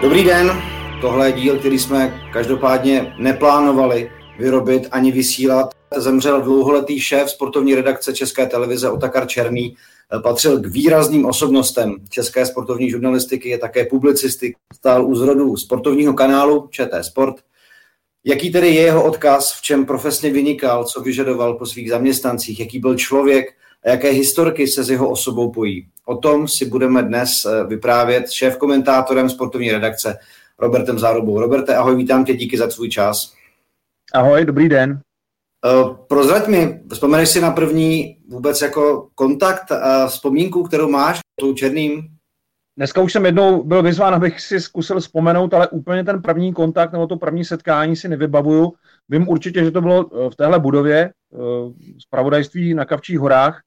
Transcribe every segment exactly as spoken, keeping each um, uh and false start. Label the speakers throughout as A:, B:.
A: Dobrý den, tohle je díl, který jsme každopádně neplánovali vyrobit ani vysílat. Zemřel dlouholetý šéf sportovní redakce České televize Otakar Černý, patřil k výrazným osobnostem české sportovní žurnalistiky, je také publicistik, stál u zrodu sportovního kanálu ČT Sport. Jaký tedy je jeho odkaz, v čem profesně vynikal, co vyžadoval po svých zaměstnancích, jaký byl člověk a jaké historky se s jeho osobou pojí. O tom si budeme dnes vyprávět s šéfkomentátorem sportovní redakce Robertem Zárubou. Roberte, ahoj, vítám tě, díky za tvůj čas.
B: Ahoj, dobrý den.
A: Uh, prozrať mi, vzpomeneš si na první vůbec jako kontakt a vzpomínku, kterou máš s tou Černým?
B: Dneska už jsem jednou byl vyzván, abych si zkusil vzpomenout, ale úplně ten první kontakt nebo to první setkání si nevybavuju. Vím určitě, že to bylo v téhle budově, zpravodajství na Kavčích horách,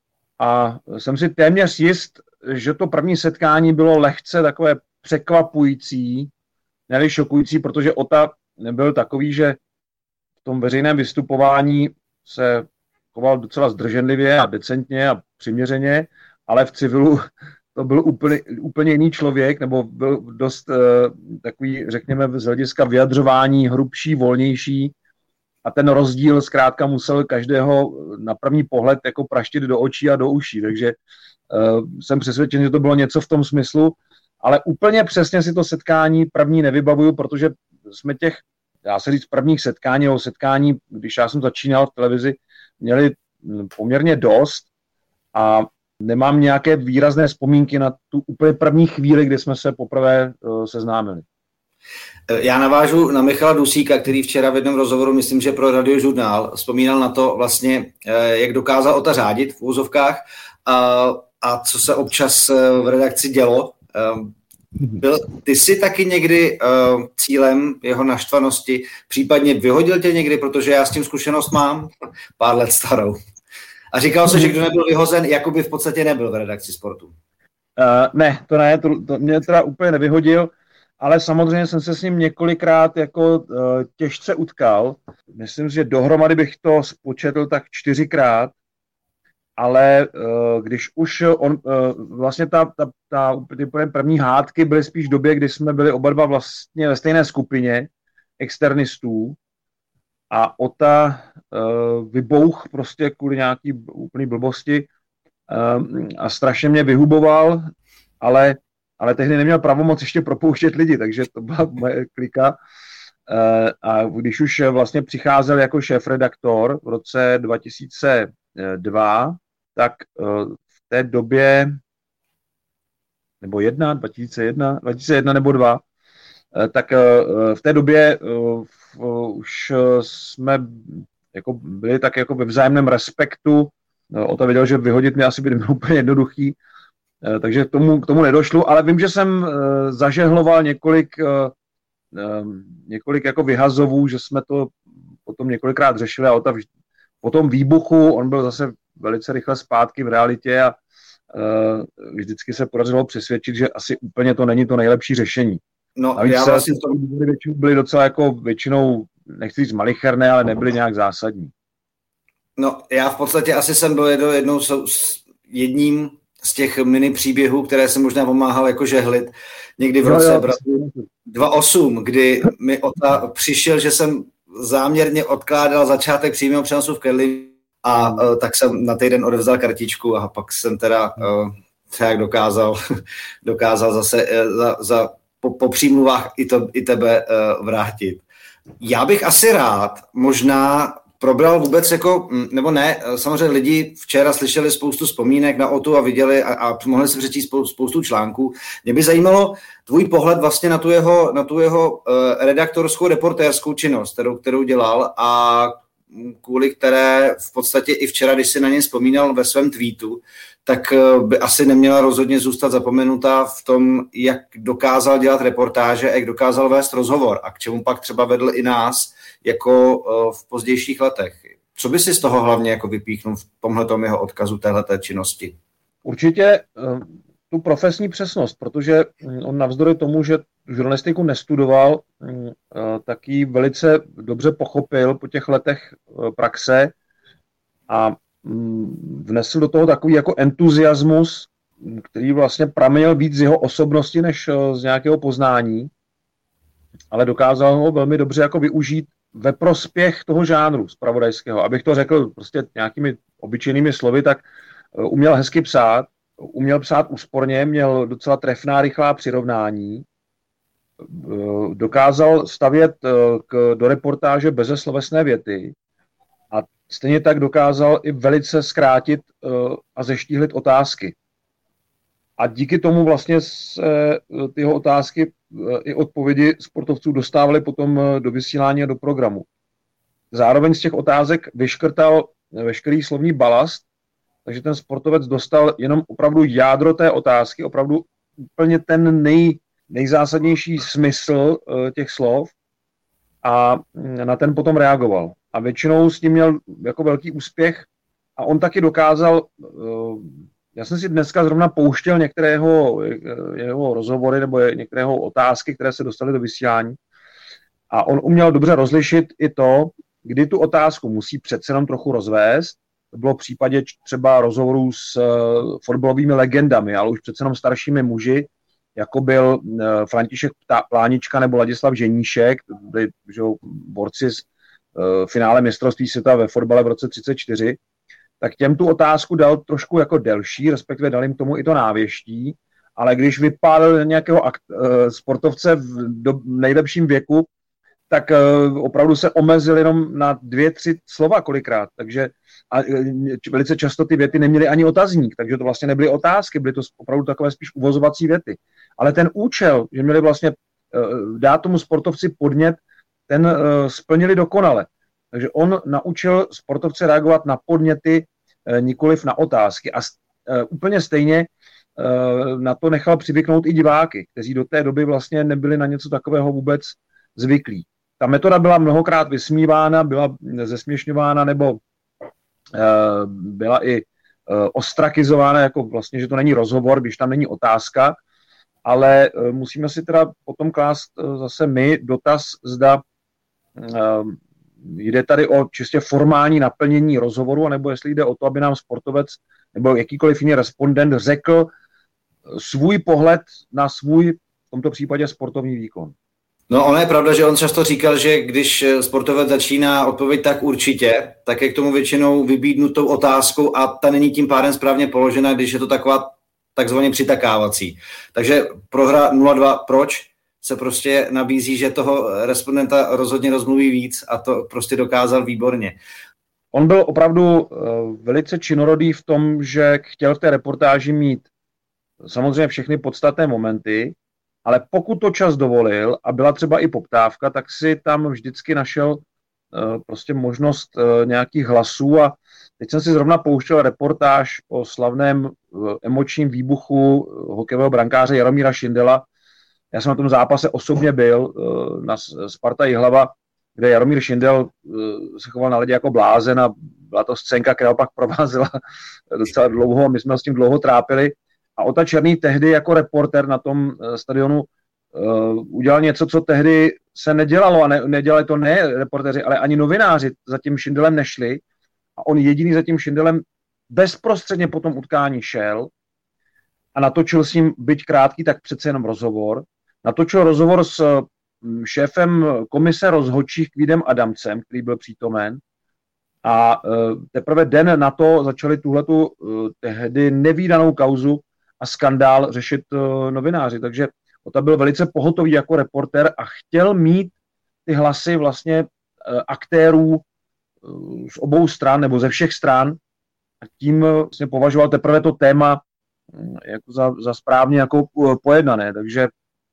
B: a jsem si téměř jist, že to první setkání bylo lehce takové překvapující, ne šokující, protože Ota byl takový, že v tom veřejném vystupování se choval docela zdrženlivě a decentně a přiměřeně, ale v civilu to byl úplně, úplně jiný člověk, nebo byl dost uh, takový, řekněme, z hlediska vyjadřování hrubší, volnější, a ten rozdíl zkrátka musel každého na první pohled jako praštit do očí a do uší, takže uh, jsem přesvědčen, že to bylo něco v tom smyslu, ale úplně přesně si to setkání první nevybavuju, protože jsme těch, dá se říct, prvních setkání nebo setkání, když já jsem začínal v televizi, měli poměrně dost a nemám nějaké výrazné vzpomínky na tu úplně první chvíli, kdy jsme se poprvé uh, seznámili.
A: Já navážu na Michala Dusíka, který včera v jednom rozhovoru, myslím, že pro Radiožurnál, vzpomínal na to vlastně, jak dokázal Ota řádit v úvozovkách a, a co se občas v redakci dělo. Byl, ty jsi taky někdy uh, cílem jeho naštvanosti, případně vyhodil tě někdy, protože já s tím zkušenost mám, pár let starou. A říkal se, že kdo nebyl vyhozen, jako by v podstatě nebyl v redakci Sportu. Uh,
B: ne, to ne, to, to mě teda úplně nevyhodil, ale samozřejmě jsem se s ním několikrát jako uh, těžce utkal. Myslím, že dohromady bych to spočetl tak čtyřikrát, ale uh, když už on, uh, vlastně ta, ta, ta ty první hádky byly spíš v době, kdy jsme byli oba dva vlastně ve stejné skupině externistů, a Ota uh, vybouch prostě kvůli nějaký úplný blbosti uh, a strašně mě vyhuboval, ale, ale tehdy neměl pravomoc ještě propouštět lidi, takže to byla moje klika. Uh, a když už vlastně přicházel jako šéfredaktor v roce dva tisíce dva, tak uh, v té době, nebo jedna, dva tisíce jedna, dva tisíce jedna nebo dva, tak v té době už jsme jako byli tak jako ve vzájemném respektu. Ota věděl, že vyhodit mě asi by nebylo úplně jednoduchý, takže k tomu, k tomu nedošlo, ale vím, že jsem zažehloval několik, několik jako vyhazovů, že jsme to potom několikrát řešili, a Ota po tom výbuchu, on byl zase velice rychle zpátky v realitě a vždycky se podařilo přesvědčit, že asi úplně to není to nejlepší řešení.
A: No,
B: a víc
A: já
B: se
A: vlastně
B: to většinou byly docela jako většinou, nechci říct malicherné, ale nebyly nějak zásadní.
A: No, já v podstatě asi jsem byl jednou, jednou s jedním z těch mini příběhů, které jsem možná pomáhal jako žehlit někdy v
B: no,
A: roce
B: jo,
A: dva tisíce osm, kdy mi Ota přišel, že jsem záměrně odkládal začátek přímého přenosu v Kedli a uh, tak jsem na týden odevzal kartičku a pak jsem teda uh, nějak dokázal, dokázal zase uh, za, za po, po přímluvách i, to, i tebe uh, vrátit. Já bych asi rád možná probral vůbec jako, nebo ne, samozřejmě lidi včera slyšeli spoustu vzpomínek na Otu a viděli a, a mohli si přečíst spoustu článků. Mě by zajímalo tvůj pohled vlastně na tu jeho, na tu jeho uh, redaktorskou, reportérskou činnost, kterou, kterou dělal a kvůli které v podstatě i včera, když si na něj vzpomínal ve svém tweetu, tak by asi neměla rozhodně zůstat zapomenutá v tom, jak dokázal dělat reportáže a jak dokázal vést rozhovor a k čemu pak třeba vedl i nás jako v pozdějších letech. Co by si z toho hlavně jako vypíchnul v tomhletom jeho odkazu téhleté činnosti?
B: Určitě tu profesní přesnost, protože on navzdory tomu, že žurnalistiku nestudoval, tak ji velice dobře pochopil po těch letech praxe a vnesl do toho takový jako entuziasmus který vlastně pramenil víc z jeho osobnosti než z nějakého poznání, ale dokázal ho velmi dobře jako využít ve prospěch toho žánru zpravodajského. Abych to řekl prostě nějakými obyčejnými slovy, tak uměl hezky psát, uměl psát úsporně, měl docela trefná, rychlá přirovnání, dokázal stavět k, do reportáže bezeslovesné věty a stejně tak dokázal i velice zkrátit a zeštíhlit otázky. A díky tomu vlastně se ty jeho otázky i odpovědi sportovců dostávaly potom do vysílání a do programu. Zároveň z těch otázek vyškrtal veškerý slovní balast, takže ten sportovec dostal jenom opravdu jádro té otázky, opravdu úplně ten nej, nejzásadnější smysl těch slov a na ten potom reagoval. A většinou s tím měl jako velký úspěch a on taky dokázal. Já jsem si dneska zrovna pouštěl některé jeho, jeho rozhovory nebo některé jeho otázky, které se dostaly do vysílání. A on uměl dobře rozlišit i to, kdy tu otázku musí přece jenom trochu rozvést. To bylo v případě třeba rozhovorů s uh, fotbalovými legendami, ale už přece jenom staršími muži, jako byl uh, František Plánička nebo Ladislav Ženíšek, byli že, borci z uh, finále mistrovství světa ve fotbale v roce třicet čtyři. Tak těm tu otázku dal trošku jako delší, respektive dal jim k tomu i to návěští, ale když vypálil nějakého akt, uh, sportovce v do, nejlepším věku, tak uh, opravdu se omezil jenom na dvě, tři slova kolikrát, takže a, uh, velice často ty věty neměly ani otazník, takže to vlastně nebyly otázky, byly to opravdu takové spíš uvozovací věty. Ale ten účel, že měli vlastně uh, dát tomu sportovci podnět, ten uh, splnili dokonale. Takže on naučil sportovce reagovat na podněty, nikoliv na otázky. A úplně stejně na to nechal přivyknout i diváky, kteří do té doby vlastně nebyli na něco takového vůbec zvyklí. Ta metoda byla mnohokrát vysmívána, byla zesměšňována nebo byla i ostrakizována, jako vlastně, že to není rozhovor, když tam není otázka, ale musíme si teda potom klást zase my dotaz, zda jde tady o čistě formální naplnění rozhovoru, nebo jestli jde o to, aby nám sportovec nebo jakýkoliv jiný respondent řekl svůj pohled na svůj, v tomto případě sportovní výkon.
A: No ono je pravda, že on často říkal, že když sportovec začíná odpověď tak určitě, tak je k tomu většinou vybídnutou otázkou a ta není tím pádem správně položena, když je to taková takzvaně přitakávací. Takže prohra nula dva proč? Se prostě nabízí, že toho respondenta rozhodně rozmluví víc a to prostě dokázal výborně.
B: On byl opravdu uh, velice činorodý v tom, že chtěl v té reportáži mít samozřejmě všechny podstatné momenty, ale pokud to čas dovolil a byla třeba i poptávka, tak si tam vždycky našel uh, prostě možnost uh, nějakých hlasů a teď jsem si zrovna pouštěl reportáž o slavném uh, emočním výbuchu uh, hokejového brankáře Jaromíra Šindela. Já jsem na tom zápase osobně byl na Sparta Jihlava, kde Jaromír Šindel se choval na ledě jako blázen a byla to scénka, která pak provázela docela dlouho a my jsme s tím dlouho trápili. A Ota Černý tehdy jako reporter na tom stadionu udělal něco, co tehdy se nedělalo a ne, nedělali to ne reportéři, ale ani novináři za tím Šindelem nešli a on jediný za tím Šindelem bezprostředně po tom utkání šel a natočil s ním, byť krátký, tak přece jenom rozhovor. Natočil rozhovor s šéfem komise rozhodčích Kvídem Adamcem, který byl přítomen. A teprve den na to začali tuhletu tehdy nevídanou kauzu a skandál řešit novináři. Takže Ota byl velice pohotový jako reporter a chtěl mít ty hlasy vlastně aktérů z obou stran nebo ze všech stran a tím vlastně považoval teprve to téma jako za, za správně jako pojednané, takže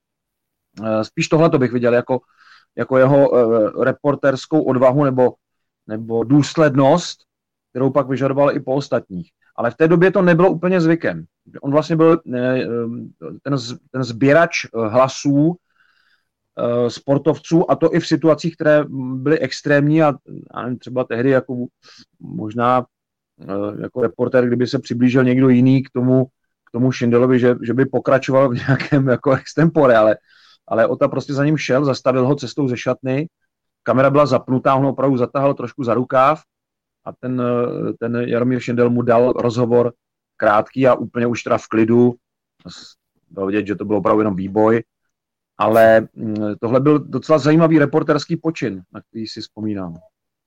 B: spíš tohle to bych viděl jako, jako jeho reporterskou odvahu nebo, nebo důslednost, kterou pak vyžadoval i po ostatních. Ale v té době to nebylo úplně zvykem. On vlastně byl ten, ten sběrač hlasů sportovců a to i v situacích, které byly extrémní a, a třeba tehdy jako možná jako reportér, kdyby se přiblížil někdo jiný k tomu tomu Šindelovi, že, že by pokračoval v nějakém jako extempore, ale, ale Ota prostě za ním šel, zastavil ho cestou ze šatny, kamera byla zapnutá, on ho opravdu zatahal trošku za rukáv a ten, ten Jaromír Šindel mu dal rozhovor krátký a úplně už teda v klidu. Bylo vidět, že to bylo opravdu jenom výboj. Ale tohle byl docela zajímavý reporterský počin, na který si vzpomínám.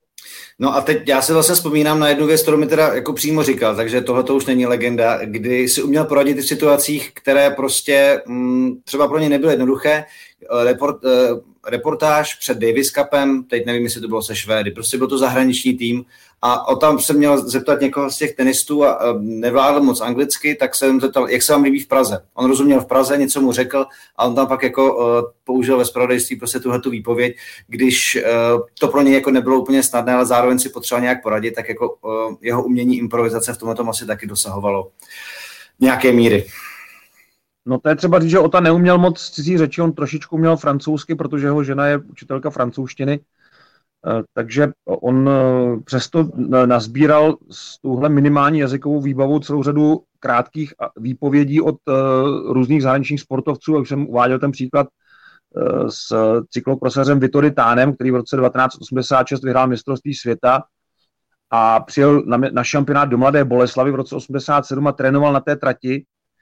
A: No a teď já si vlastně vzpomínám na jednu věc, kterou mi teda jako přímo říkal, takže tohle to už není legenda, kdy si uměl poradit v situacích, které prostě m, třeba pro ně nebyly jednoduché. Report, reportáž před Davis Cupem, teď nevím, jestli to bylo se Švédy, prostě byl to zahraniční tým a o tam jsem měl zeptat někoho z těch tenistů a nevládl moc anglicky, tak jsem zeptal, jak se vám líbí v Praze. On rozuměl v Praze, něco mu řekl a on tam pak jako uh, použil ve zpravodajství prostě tuhletu výpověď, když uh, to pro něj jako nebylo úplně snadné, ale zároveň si potřeboval nějak poradit, tak jako uh, jeho umění improvizace v tomhle tom asi taky dosahovalo nějaké míry.
B: No to je třeba říct, že Ota neuměl moc cizí řeči, on trošičku uměl francouzsky, protože jeho žena je učitelka francouzštiny, takže on přesto nazbíral z tuhle minimální jazykovou výbavou celou řadu krátkých výpovědí od různých zahraničních sportovců, jak jsem uváděl ten příklad s cyklokrosařem Vittory Tánem, který v roce devatenáct osmdesát šest vyhrál mistrovství světa a přijel na, na šampionát do Mladé Boleslavi v roce osmdesát sedm a trénoval na té trati.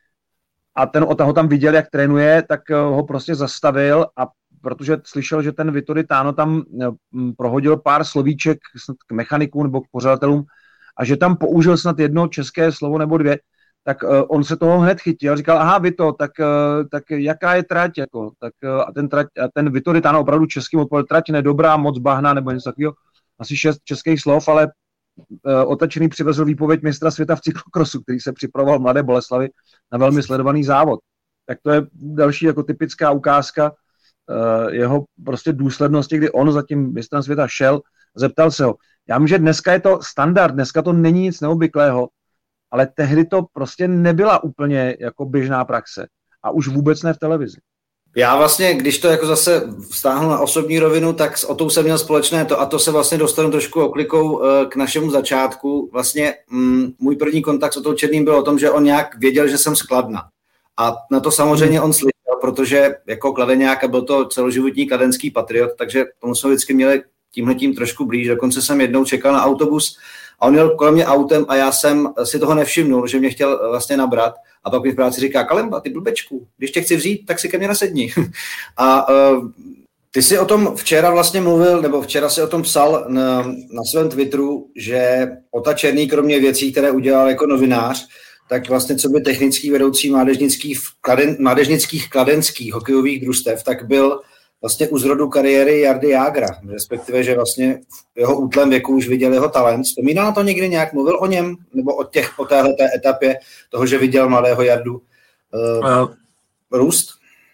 B: A ten Ota ho tam viděl, jak trénuje, tak ho prostě zastavil a protože slyšel, že ten Vittory Táno tam prohodil pár slovíček k mechanikům nebo k pořadatelům a že tam použil snad jedno české slovo nebo dvě, tak on se toho hned chytil. Říkal, aha, Vito, tak, tak jaká je trať? Jako? Tak, a ten, trať, a ten Vittory Táno opravdu českým odpověděl, trať nedobrá, moc bahna nebo něco takového. Asi šest českých slov, ale Otačený přivezl výpověď mistra světa v cyklokrosu, který se připravoval v Mladé Boleslavi na velmi sledovaný závod. Tak to je další jako typická ukázka uh, jeho prostě důslednosti, kdy on za tím mistrem světa šel, zeptal se ho. Já vím, že dneska je to standard, dneska to není nic neobvyklého, ale tehdy to prostě nebyla úplně jako běžná praxe. A už vůbec ne v televizi.
A: Já vlastně, když to jako zase vztáhnu na osobní rovinu, tak s Otou jsem měl společné to a to se vlastně dostanu trošku oklikou k našemu začátku. Vlastně mm, můj první kontakt s Otou Černým byl o tom, že on nějak věděl, že jsem z Kladna. A na to samozřejmě on slyšel, protože jako kladeňák a byl to celoživotní kladenský patriot, takže tomu jsme vždycky měli tímhletím trošku blíž. Dokonce jsem jednou čekal na autobus a on jel kolem mě autem a já jsem si toho nevšimnul, že mě chtěl vlastně nabrat. A pak mi v práci říká, Kalemba, ty blbečku, když tě chci vzít, tak si ke mně nasedni. A uh, ty jsi o tom včera vlastně mluvil, nebo včera si o tom psal na, na svém Twitteru, že Ota Černý, kromě věcí, které udělal jako novinář, tak vlastně co by technický vedoucí mládežnických, kladen, mládežnických kladenských hokejových družstev, tak byl vlastně u zrodu kariéry Jardy Jágra, respektive, že vlastně v jeho útlém věku už viděl jeho talent. Vzpomínal na to někdy nějak, mluvil o něm, nebo o, těch, o téhleté etapě toho, že viděl mladého Jardu uh, uh, růst?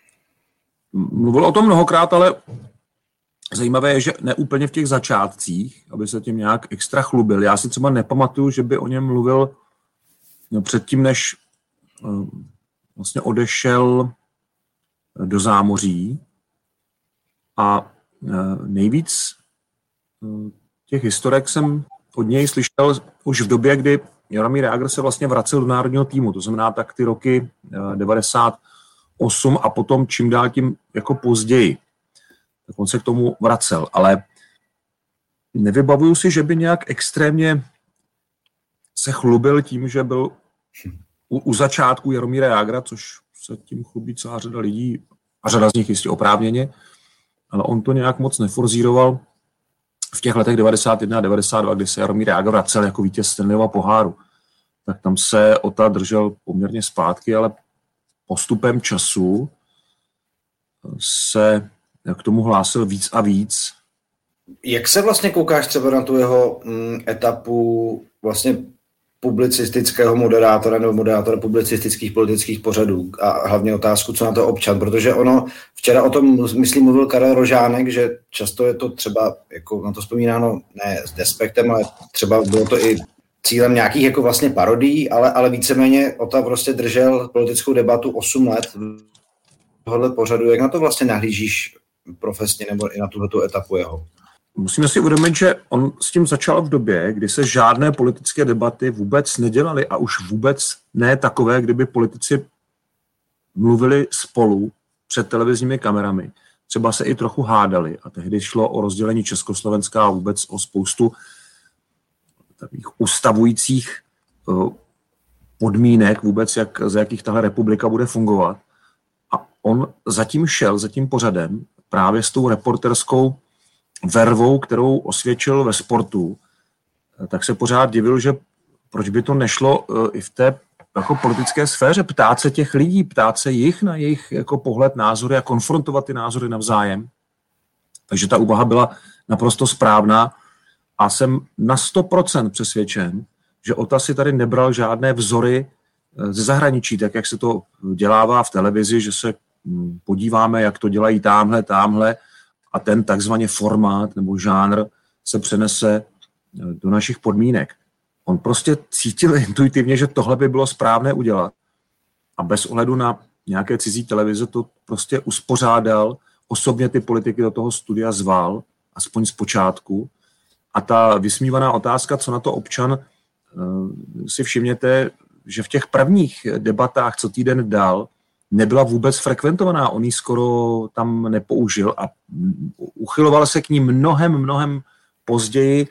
C: Mluvil o tom mnohokrát, ale zajímavé je, že ne úplně v těch začátcích, aby se tím nějak extra chlubil. Já si třeba nepamatuju, že by o něm mluvil no, předtím, než uh, vlastně odešel do zámoří. A nejvíc těch historek jsem od něj slyšel už v době, kdy Jaromír Jágr se vlastně vracel do národního týmu. To znamená tak ty roky devadesát osm a potom čím dál tím jako později. Tak on se k tomu vracel. Ale nevybavuju si, že by nějak extrémně se chlubil tím, že byl u, u začátku Jaromíra Jágra, což se tím chlubí celá řada lidí a řada z nich jistě oprávněně, ale on to nějak moc neforzíroval v těch letech devadesát jedna a devadesát dva, kdy se Jaromír Jágr vracel jako vítěz Stanleyova poháru. Tak tam se Ota držel poměrně zpátky, ale postupem času se k tomu hlásil víc a víc.
A: Jak se vlastně koukáš třeba na tu jeho mm, etapu vlastně publicistického moderátora nebo moderátora publicistických politických pořadů a hlavně otázku, co na to občan, protože ono, včera o tom, myslím, mluvil Karel Rožánek, že často je to třeba, jako na to vzpomínáno, ne s despektem, ale třeba bylo to i cílem nějakých jako vlastně parodií, ale, ale víceméně Ota prostě držel politickou debatu osm let tohle pořadu. Jak na to vlastně nahlížíš profesně nebo i na tuhletu etapu jeho?
C: Musíme si uvědomit, že on s tím začal v době, kdy se žádné politické debaty vůbec nedělaly a už vůbec ne takové, kdyby politici mluvili spolu před televizními kamerami. Třeba se i trochu hádali a tehdy šlo o rozdělení Československa a vůbec o spoustu takových ustavujících uh, podmínek vůbec, jak, za jakých tahle republika bude fungovat. A on zatím šel, za tím pořadem, právě s tou reporterskou vervou, kterou osvědčil ve sportu, tak se pořád divil, že proč by to nešlo i v té jako politické sféře, ptát se těch lidí, ptát se jich na jejich jako pohled, názory a konfrontovat ty názory navzájem. Takže ta úvaha byla naprosto správná a jsem na sto procent přesvědčen, že Ota si tady nebral žádné vzory ze zahraničí, tak jak se to dělává v televizi, že se podíváme, jak to dělají támhle, támhle a ten takzvaně formát nebo žánr se přenese do našich podmínek. On prostě cítil intuitivně, že tohle by bylo správné udělat a bez ohledu na nějaké cizí televize to prostě uspořádal, osobně ty politiky do toho studia zval, aspoň z počátku. A ta vysmívaná otázka, co na to občan, si všimněte, že v těch prvních debatách, co týden dal, nebyla vůbec frekventovaná. On ji skoro tam nepoužil a uchyloval se k ní mnohem, mnohem později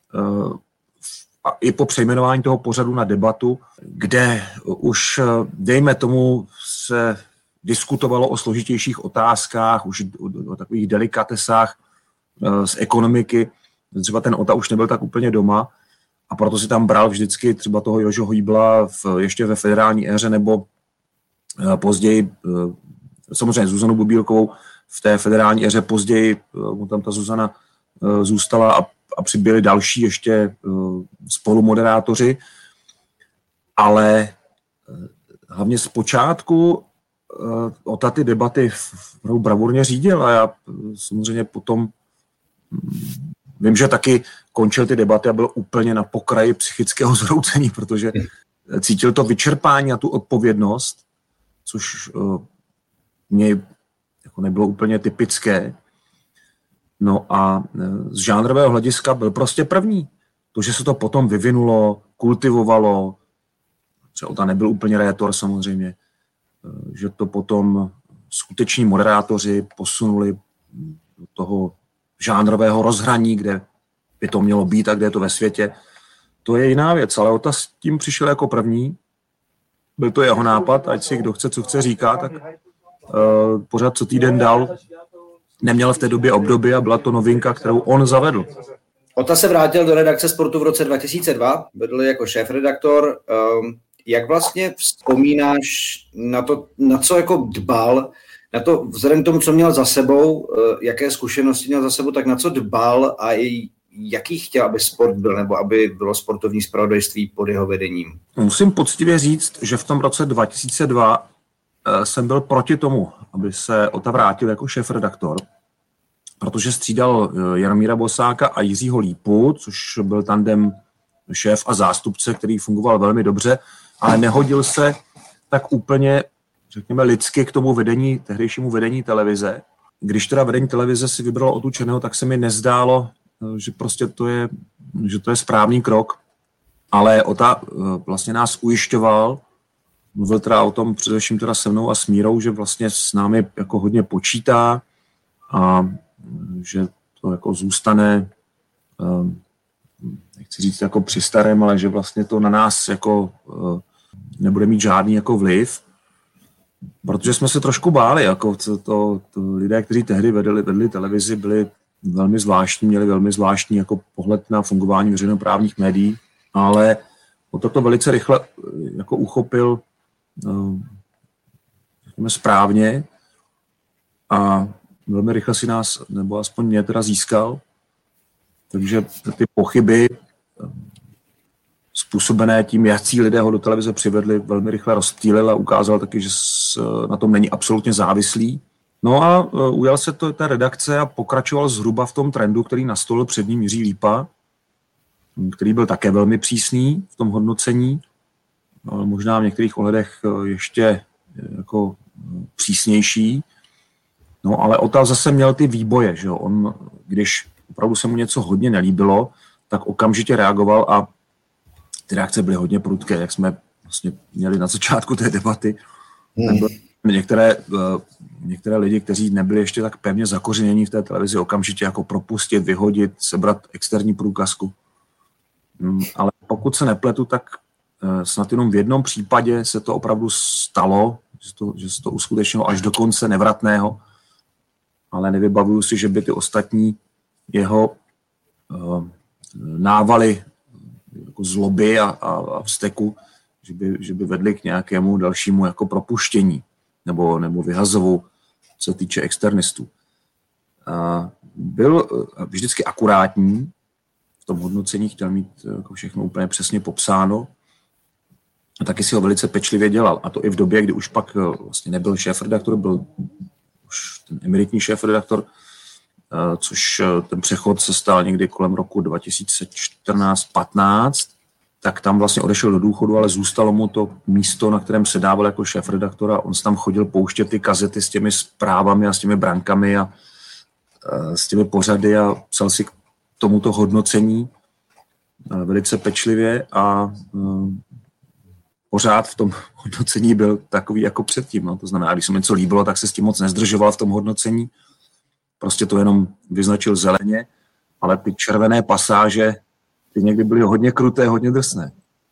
C: a i po přejmenování toho pořadu na debatu, kde už, dejme tomu, se diskutovalo o složitějších otázkách, už o, o takových delikatesách z ekonomiky. Třeba ten Ota už nebyl tak úplně doma a proto si tam bral vždycky třeba toho Jožo Hojbla v, ještě ve federální éře nebo později, samozřejmě Zuzanu Bubílkovou v té federální éře, později mu tam ta Zuzana zůstala a, a přibyli další ještě spolumoderátoři, ale hlavně zpočátku Ota ty debaty bravurně řídil a já samozřejmě potom vím, že taky končil ty debaty a byl úplně na pokraji psychického zhroucení, protože cítil to vyčerpání a tu odpovědnost, což uh, mě jako nebylo úplně typické. No a z žánrového hlediska byl prostě první. To, že se to potom vyvinulo, kultivovalo, třeba Ota nebyl úplně rétor samozřejmě, že to potom skuteční moderátoři posunuli do toho žánrového rozhraní, kde by to mělo být a kde je to ve světě. To je jiná věc, ale Ota s tím přišel jako první. Byl to jeho nápad, ať si kdo chce, co chce říká, tak uh, pořád co týden dal. Neměl v té době období a byla to novinka, kterou on zavedl.
A: Ota se vrátil do redakce Sportu v roce dva tisíce dva, vedl jako šéfredaktor. Um, jak vlastně vzpomínáš na to, na co jako dbal, na to vzhledem k tomu, co měl za sebou, uh, jaké zkušenosti měl za sebou, tak na co dbal a i jaký chtěl, aby sport byl, nebo aby bylo sportovní zpravodajství pod jeho vedením?
C: Musím poctivě říct, že v tom roce dva tisíce dva uh, jsem byl proti tomu, aby se Ota vrátil jako šéfredaktor, protože střídal uh, Jaromíra Bosáka a Jiřího Lípu, což byl tandem šéf a zástupce, který fungoval velmi dobře, ale nehodil se tak úplně, řekněme, lidsky k tomu vedení, tehdejšímu vedení televize. Když teda vedení televize si vybralo Otu Černého, tak se mi nezdálo, že prostě to je, že to je správný krok. Ale Ota vlastně nás ujišťoval, mluvil teda o tom především teda se mnou a s Mírou, že vlastně s námi jako hodně počítá a že to jako zůstane, nechci říct jako při starém, ale že vlastně to na nás jako nebude mít žádný jako vliv, protože jsme se trošku báli, jako to, to, to lidé, kteří tehdy vedli, vedli televizi, byli velmi zvláštní, měli velmi zvláštní jako pohled na fungování veřejnoprávních médií, ale o toto velice rychle jako uchopil řekněme, správně a velmi rychle si nás, nebo aspoň mě teda získal, takže ty pochyby způsobené tím, jaký lidé ho do televize přivedli, velmi rychle rozptýlil a ukázal taky, že na tom není absolutně závislý. No a ujal se to té redakce a pokračoval zhruba v tom trendu, který nastolil před ním Jiří Lípa, který byl také velmi přísný v tom hodnocení, ale možná v některých ohledech ještě jako přísnější. No ale Ota zase měl ty výboje, že jo? On, když opravdu se mu něco hodně nelíbilo, tak okamžitě reagoval a ty reakce byly hodně prudké, jak jsme vlastně měli na začátku té debaty. Hmm. Některé, některé lidi, kteří nebyli ještě tak pevně zakořenění v té televizi, okamžitě jako propustit, vyhodit, sebrat externí průkazku. Ale pokud se nepletu, tak snad jenom v jednom případě se to opravdu stalo, že, to, že se to uskutečnilo až do konce nevratného, ale nevybavuju si, že by ty ostatní jeho uh, návaly jako zloby a, a, a vzteku, že by, že by vedly k nějakému dalšímu jako propuštění nebo, nebo vyhazovu, co se týče externistů. Uh, byl vždycky akurátní, v tom hodnocení chtěl mít jako všechno úplně přesně popsáno a taky si ho velice pečlivě dělal. A to i v době, kdy už pak vlastně nebyl šéfredaktor, byl už ten emeritní šéfredaktor, což ten přechod se stal někdy kolem roku dva tisíce čtrnáct patnáct, tak tam vlastně odešel do důchodu, ale zůstalo mu to místo, na kterém sedával jako šéfredaktor a on se tam chodil pouštět ty kazety s těmi zprávami a s těmi brankami a s těmi pořady a psal si k tomuto hodnocení velice pečlivě a pořád v tom hodnocení byl takový jako předtím. No. To znamená, když se mi něco líbilo, tak se s tím moc nezdržoval v tom hodnocení. Prostě to jenom vyznačil zeleně, ale ty červené pasáže, ty někdy byly hodně kruté, hodně drsné.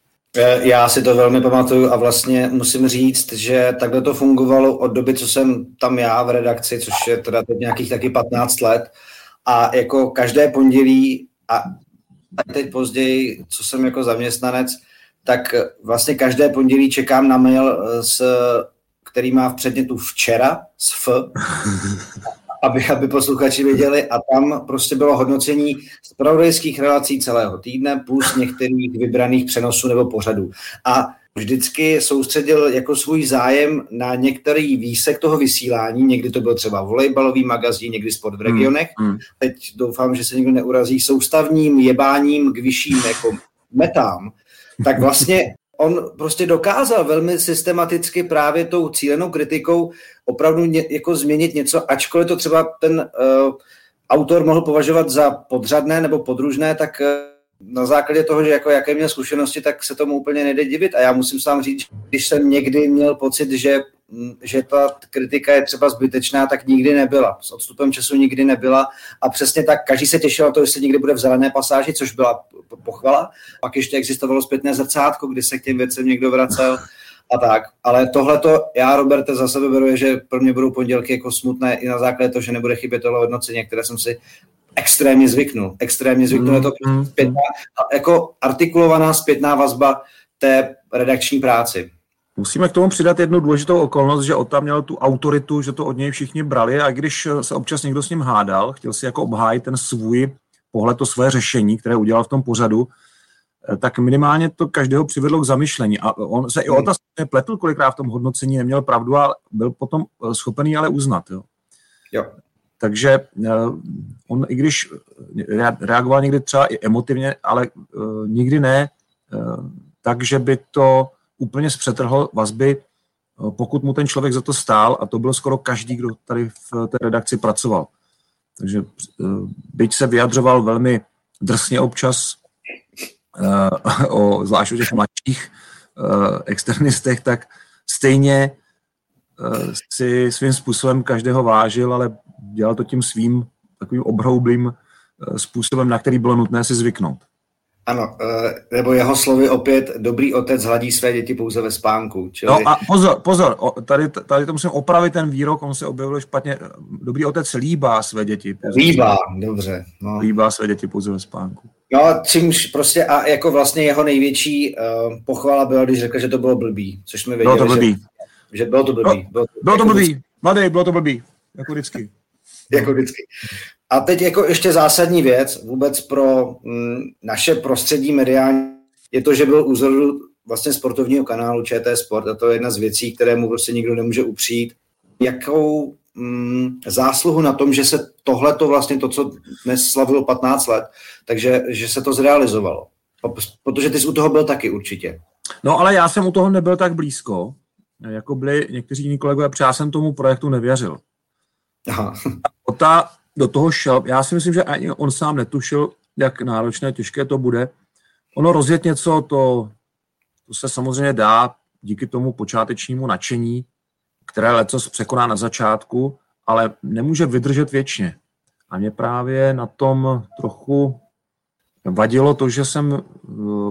A: Já si to velmi pamatuju a vlastně musím říct, že takhle to fungovalo od doby, co jsem tam já v redakci, což je teda teď nějakých taky patnáct let. A jako každé pondělí a teď později, co jsem jako zaměstnanec, tak vlastně každé pondělí čekám na mail, s, který má v předmětu včera, s F, aby, aby posluchači věděli, a tam prostě bylo hodnocení zpravodajských relací celého týdne plus některých vybraných přenosů nebo pořadů. A vždycky soustředil jako svůj zájem na některý výsek toho vysílání, někdy to byl třeba volejbalový magazín, někdy Sport v regionech. Hmm, hmm. Teď doufám, že se nikdo neurazí, soustavním jebáním k vyšším jako metám, tak vlastně on prostě dokázal velmi systematicky právě tou cílenou kritikou opravdu ně, jako změnit něco, ačkoliv to třeba ten uh, autor mohl považovat za podřadné nebo podružné, tak uh, na základě toho, že jako jaké měl zkušenosti, tak se tomu úplně nejde divit. A já musím sám říct, když jsem někdy měl pocit, že, že ta kritika je třeba zbytečná, tak nikdy nebyla. S odstupem času nikdy nebyla. A přesně tak, každý se těšil na to, jestli někdy bude v zelené pasáži, což byla pochvala. Pak ještě existovalo zpětné zrcátko, kdy se k těm věcem někdo vracel a tak. Ale tohleto, já, Roberte, za sebe beru, že pro mě budou pondělky jako smutné i na základě toho, že nebude chybět tohle hodnocení, které jsem si extrémně zvyknul. Extrémně zvyknul. Je to zpětná, jako artikulovaná zpětná vazba té redakční práci.
C: Musíme k tomu přidat jednu důležitou okolnost, že on tam měl tu autoritu, že to od něj všichni brali a když se občas někdo s ním hádal, chtěl si jako obhájit ten svůj pohled, to své řešení, které udělal v tom pořadu, tak minimálně to každého přivedlo k zamyšlení. A on se i otázky pletl kolikrát v tom hodnocení, neměl pravdu a byl potom schopený ale uznat. Jo.
A: Jo.
C: Takže on, i když reagoval někdy třeba i emotivně, ale nikdy ne, takže by to úplně zpřetrhlo vazby, pokud mu ten člověk za to stál, a to byl skoro každý, kdo tady v té redakci pracoval. Takže byť se vyjadřoval velmi drsně občas, o, zvlášť o těch mladších externistech, tak stejně si svým způsobem každého vážil, ale dělal to tím svým takovým obhroublým způsobem, na který bylo nutné si zvyknout.
A: Ano, nebo jeho slovy opět, dobrý otec hladí své děti pouze ve spánku. Čili...
C: No a pozor, pozor, tady, tady to musím opravit ten výrok, on se objevil špatně. Dobrý otec líbá své děti.
A: Líbá, dobře. No.
C: Líbá své děti pouze ve spánku.
A: No, čímž prostě a jako vlastně jeho největší uh, pochvala byla, když řekl, že to bylo blbý, což jsme věděli,
C: bylo to blbý.
A: Že, že bylo to blbý.
C: Bylo, bylo to jako blbý, mladý, bylo to blbý, jako vždycky.
A: Jako vždycky. A teď jako ještě zásadní věc vůbec pro m, naše prostředí mediální je to, že byl u zrodu vlastně sportovního kanálu Č T Sport a to je jedna z věcí, které mu prostě nikdo nemůže upřít. Jakou m, zásluhu na tom, že se tohleto vlastně to, co dnes slavilo patnáct let, takže že se to zrealizovalo. Protože ty jsi u toho byl taky určitě.
C: No ale já jsem u toho nebyl tak blízko, jako byli někteří jiní kolegové, protože já jsem tomu projektu nevěřil.
A: Aha.
C: Ota do toho šel, já si myslím, že ani on sám netušil, jak náročné, těžké to bude. Ono rozjet něco, to, to se samozřejmě dá díky tomu počátečnímu nadšení, které lecos překoná na začátku, ale nemůže vydržet věčně. A mě právě na tom trochu vadilo to, že jsem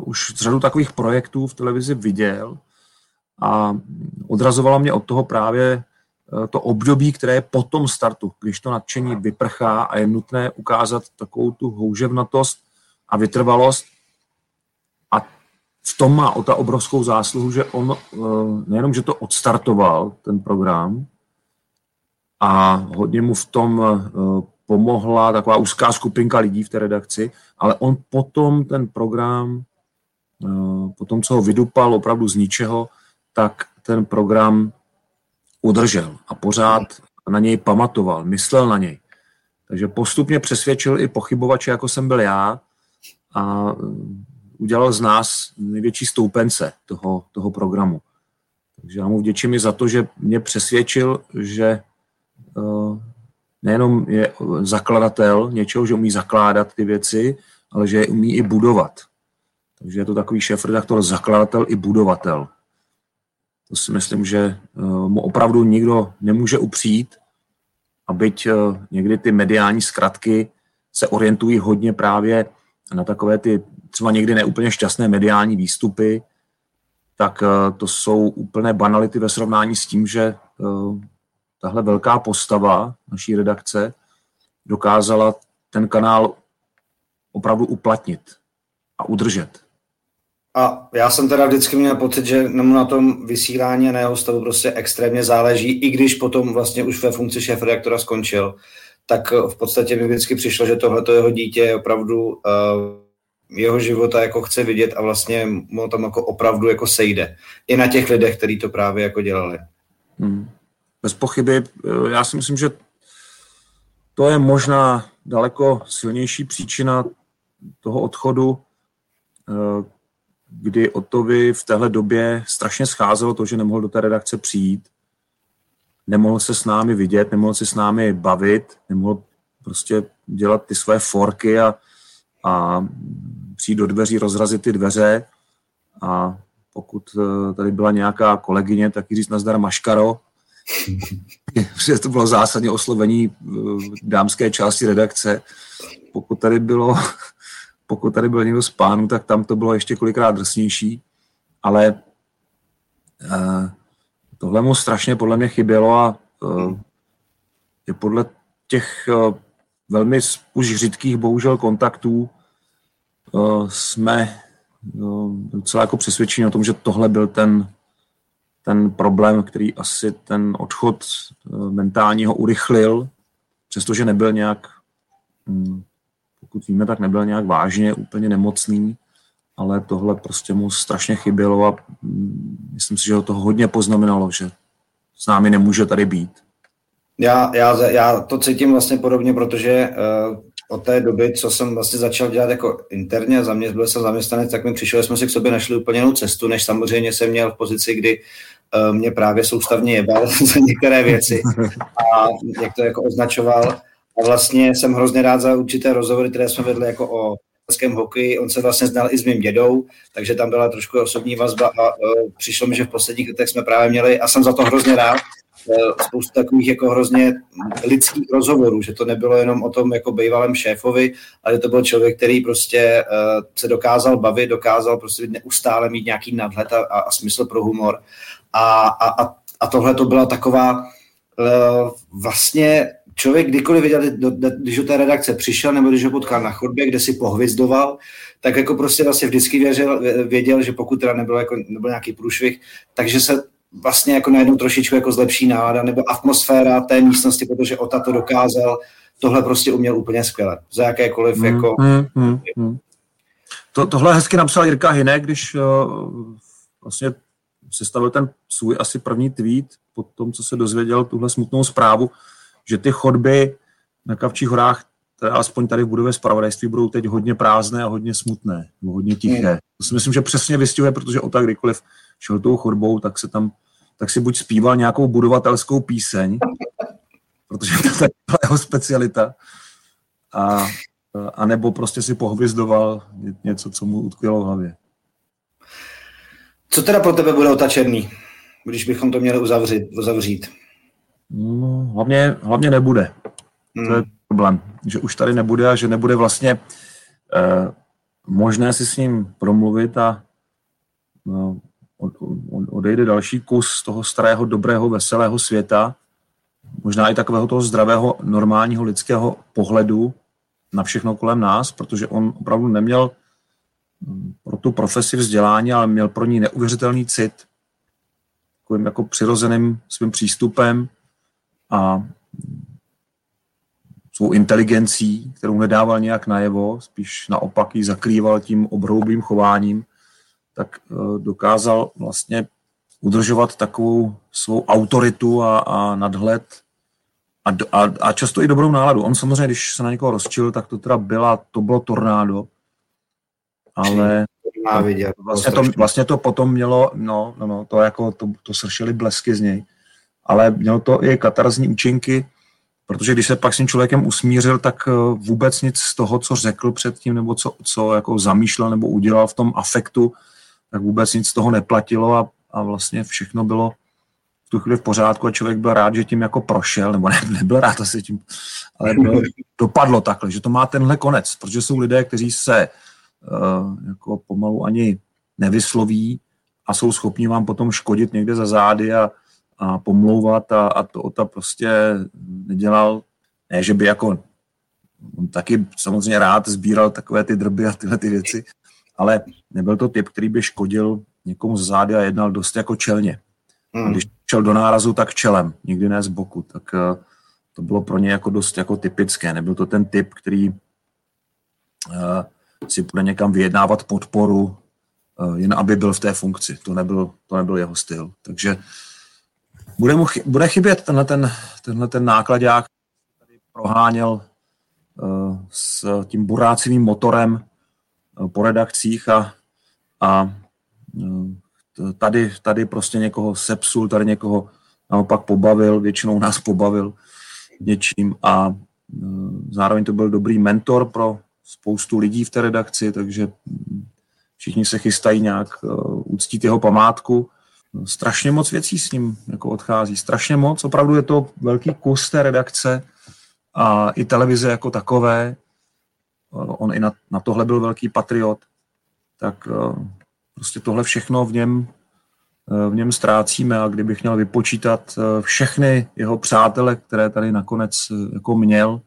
C: už řadu takových projektů v televizi viděl a odrazovalo mě od toho právě to období, které je po tom startu, když to nadšení vyprchá a je nutné ukázat takovou tu houževnatost a vytrvalost. A v tom má o ta obrovskou zásluhu, že on nejenom, že to odstartoval, ten program, a hodně mu v tom pomohla taková úzká skupinka lidí v té redakci, ale on potom ten program, potom, co ho vydupal opravdu z ničeho, tak ten program udržel a pořád na něj pamatoval, myslel na něj. Takže postupně přesvědčil i pochybovače, jako jsem byl já, a udělal z nás největší stoupence toho, toho programu. Takže já mu vděčím i za to, že mě přesvědčil, že uh, nejenom je zakladatel něčeho, že umí zakládat ty věci, ale že je umí i budovat. Takže je to takový šéfredaktor, zakladatel i budovatel. To si myslím, že uh, mu opravdu nikdo nemůže upřít, a byť uh, někdy ty mediální zkratky se orientují hodně právě na takové ty třeba někdy neúplně šťastné mediální výstupy, tak uh, to jsou úplné banality ve srovnání s tím, že uh, tahle velká postava naší redakce dokázala ten kanál opravdu uplatnit a udržet.
A: A já jsem teda vždycky měl pocit, že na tom vysílání a na jeho stavu prostě extrémně záleží, i když potom vlastně už ve funkci šéfredaktora skončil, tak v podstatě mi vždycky přišlo, že tohleto jeho dítě je opravdu uh, jeho života jako chce vidět a vlastně mu tam jako opravdu jako sejde. I na těch lidech, kteří to právě jako dělali.
C: Hmm. Bez pochyby. Já si myslím, že to je možná daleko silnější příčina toho odchodu, kdy Otovi v téhle době strašně scházelo to, že nemohl do té redakce přijít, nemohl se s námi vidět, nemohl se s námi bavit, nemohl prostě dělat ty své forky a, a přijít do dveří, rozrazit ty dveře, a pokud tady byla nějaká kolegyně, tak jí říct nazdar maškaro. Protože to bylo zásadně oslovení dámské části redakce. Pokud tady bylo, pokud tady byl někdo z pánů, tak tam to bylo ještě kolikrát drsnější, ale uh, tohle mu strašně podle mě chybělo a uh, je podle těch uh, velmi už řídkých bohužel kontaktů uh, jsme uh, docela jako přesvědčení o tom, že tohle byl ten ten problém, který asi ten odchod mentálního urychlil, přestože nebyl nějak, pokud víme, tak nebyl nějak vážně úplně nemocný, ale tohle prostě mu strašně chybělo a myslím si, že ho to hodně poznamenalo, že s námi nemůže tady být.
A: Já, já, já to cítím vlastně podobně, protože uh, od té doby, co jsem vlastně začal dělat jako interně, zamě, byl jsem zaměstnanec, tak mi přišlo, že jsme si k sobě našli úplně jinou cestu, než samozřejmě jsem měl v pozici, kdy uh, mě právě soustavně jebal za některé věci a jak to jako označoval. A vlastně jsem hrozně rád za určité rozhovory, které jsme vedli jako o českém hokeji. On se vlastně znal i s mým dědou, takže tam byla trošku osobní vazba a uh, přišlo mi, že v posledních letech jsme právě měli, a jsem za to hrozně rád, spoustu takových jako hrozně lidských rozhovorů, že to nebylo jenom o tom jako bývalém šéfovi, ale to byl člověk, který prostě uh, se dokázal bavit, dokázal prostě neustále mít nějaký nadhled a, a smysl pro humor. A, a, a tohle to byla taková uh, vlastně člověk kdykoliv viděl, když do té redakce přišel nebo když ho potkal na chodbě, kde si pohvizdoval, tak jako prostě vlastně vždycky věřil, věděl, že pokud teda nebyl, jako, nebyl nějaký průšvih, takže se vlastně jako najednou trošičku jako zlepší nálada nebo atmosféra té místnosti, protože Ota to dokázal, tohle prostě uměl úplně skvěle. Za jakékoliv mm, jako... Mm, mm, mm.
C: To, tohle hezky napsal Jirka Hynek, když uh, vlastně sestavil ten svůj asi první tweet po tom, co se dozvěděl tuhle smutnou zprávu, že ty chodby na Kavčích horách, teda aspoň tady v budově zpravodajství, budou teď hodně prázdné a hodně smutné, nebo hodně tiché. Mm. To si myslím, že přesně vystihuje, protože Ota kdykoliv šel tou chodbou, tak se tam, tak si buď zpíval nějakou budovatelskou píseň, protože to byla jeho specialita, a, a nebo prostě si pohvizdoval něco, co mu utkvělo v hlavě.
A: Co teda pro tebe bude Ota Černý, když bychom to měli uzavřít? uzavřít?
C: No, hlavně, hlavně nebude. Hmm. To je problém, že už tady nebude a že nebude vlastně... Eh, možné si s ním promluvit a no, odejde další kus toho starého, dobrého, veselého světa, možná i takového toho zdravého, normálního lidského pohledu na všechno kolem nás, protože on opravdu neměl pro tu profesi vzdělání, ale měl pro ní neuvěřitelný cit, takovým jako přirozeným svým přístupem a svou inteligencí, kterou nedával nějak najevo, spíš naopak ji zakrýval tím obroublým chováním, tak dokázal vlastně udržovat takovou svou autoritu a, a nadhled a, a, a často i dobrou náladu. On samozřejmě, když se na někoho rozčil, tak to teda byla, to bylo tornádo, ale vlastně to, vlastně to potom mělo, no, no, no to jako, to, to sršely blesky z něj, ale mělo to i katarzní účinky, protože když se pak s tím člověkem usmířil, tak vůbec nic z toho, co řekl předtím, nebo co, co jako zamýšlel nebo udělal v tom afektu, tak vůbec nic z toho neplatilo a, a vlastně všechno bylo v tu chvíli v pořádku a člověk byl rád, že tím jako prošel, nebo ne, nebyl rád asi tím, ale bylo, dopadlo takhle, že to má tenhle konec, protože jsou lidé, kteří se uh, jako pomalu ani nevysloví a jsou schopni vám potom škodit někde za zády a, a pomlouvat a, a to Ota prostě nedělal, ne, že by jako on taky samozřejmě rád sbíral takové ty drby a tyhle ty věci, ale nebyl to typ, který by škodil někomu z zády a jednal dost jako čelně. Hmm. Když šel do nárazu, tak čelem, nikdy ne z boku, tak uh, to bylo pro ně jako dost jako typické. Nebyl to ten typ, který uh, si bude někam vyjednávat podporu, uh, jen aby byl v té funkci. To nebyl, to nebyl jeho styl. Takže bude, mu chy- bude chybět tenhle ten, tenhle ten nákladák, který proháněl uh, s tím burácivým motorem po redakcích a, a tady, tady prostě někoho sepsul, tady někoho naopak pobavil, většinou nás pobavil něčím a zároveň to byl dobrý mentor pro spoustu lidí v té redakci, takže všichni se chystají nějak uctít jeho památku. Strašně moc věcí s ním jako odchází, strašně moc, opravdu je to velký kus té redakce a i televize jako takové. On i na, na tohle byl velký patriot, tak uh, prostě tohle všechno v něm, uh, v něm ztrácíme a kdybych měl vypočítat uh, všechny jeho přátele, které tady nakonec uh, jako měl,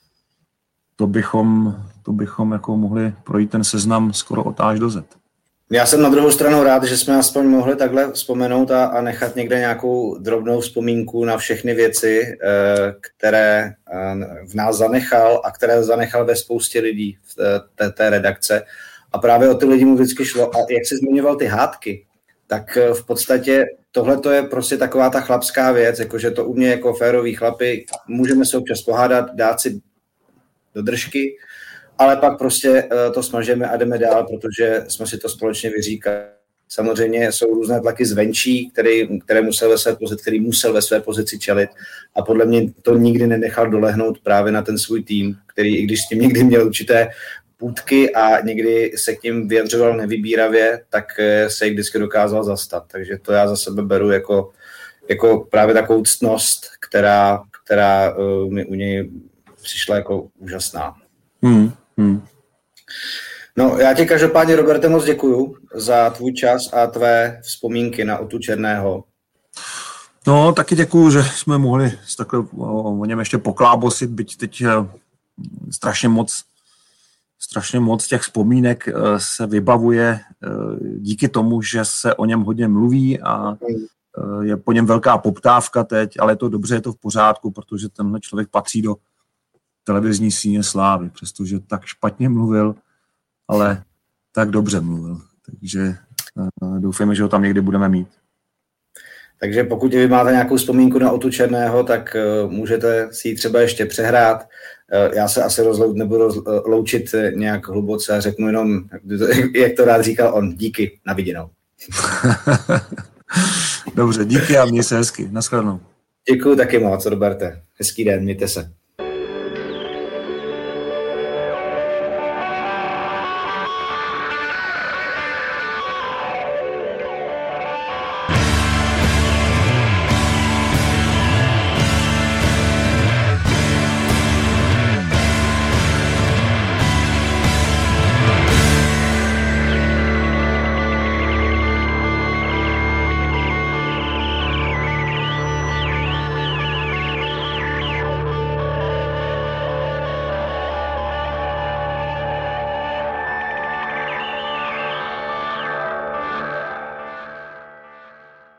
C: to bychom, to bychom jako mohli projít ten seznam skoro od až do Z.
A: Já jsem na druhou stranu rád, že jsme aspoň mohli takhle vzpomenout a, a nechat někde nějakou drobnou vzpomínku na všechny věci, které v nás zanechal a které zanechal ve spoustě lidí v té, té redakce. A právě o ty lidi mu vždycky šlo. A jak jsi zmiňoval ty hádky, tak v podstatě tohle to je prostě taková ta chlapská věc, jakože to u mě jako férový chlapi, můžeme se občas pohádat, dát si do držky, ale pak prostě to smažeme a jdeme dál, protože jsme si to společně vyříkali. Samozřejmě jsou různé tlaky zvenčí, který, které musel ve své pozici, který musel ve své pozici čelit a podle mě to nikdy nenechal dolehnout právě na ten svůj tým, který, i když s tím někdy měl určité půtky a někdy se k tím vyjadřoval nevybíravě, tak se jich vždycky dokázal zastat. Takže to já za sebe beru jako, jako právě takovou ctnost, která, která uh, mi u něj přišla jako úžasná.
C: Hmm, hmm.
A: No, já ti každopádně, Roberte, moc děkuju za tvůj čas a tvé vzpomínky na Otu Černého.
C: No, taky děkuju, že jsme mohli takhle o, o něm ještě poklábosit, byť teď strašně moc, strašně moc těch vzpomínek se vybavuje díky tomu, že se o něm hodně mluví a je po něm velká poptávka teď, ale je to dobře, je to v pořádku, protože tenhle člověk patří do televizní síně slávy, přestože tak špatně mluvil, ale tak dobře mluvil. Takže doufejme, že ho tam někdy budeme mít.
A: Takže pokud vy máte nějakou vzpomínku na Otu Černého, tak můžete si ji třeba ještě přehrát. Já se asi rozlou, nebudu loučit nějak hluboce a řeknu jenom, jak to rád říkal on, díky, na viděnou.
C: Dobře, díky a měj se hezky. Naschledanou.
A: Děkuju taky moc, Roberte. Hezký den, mějte se.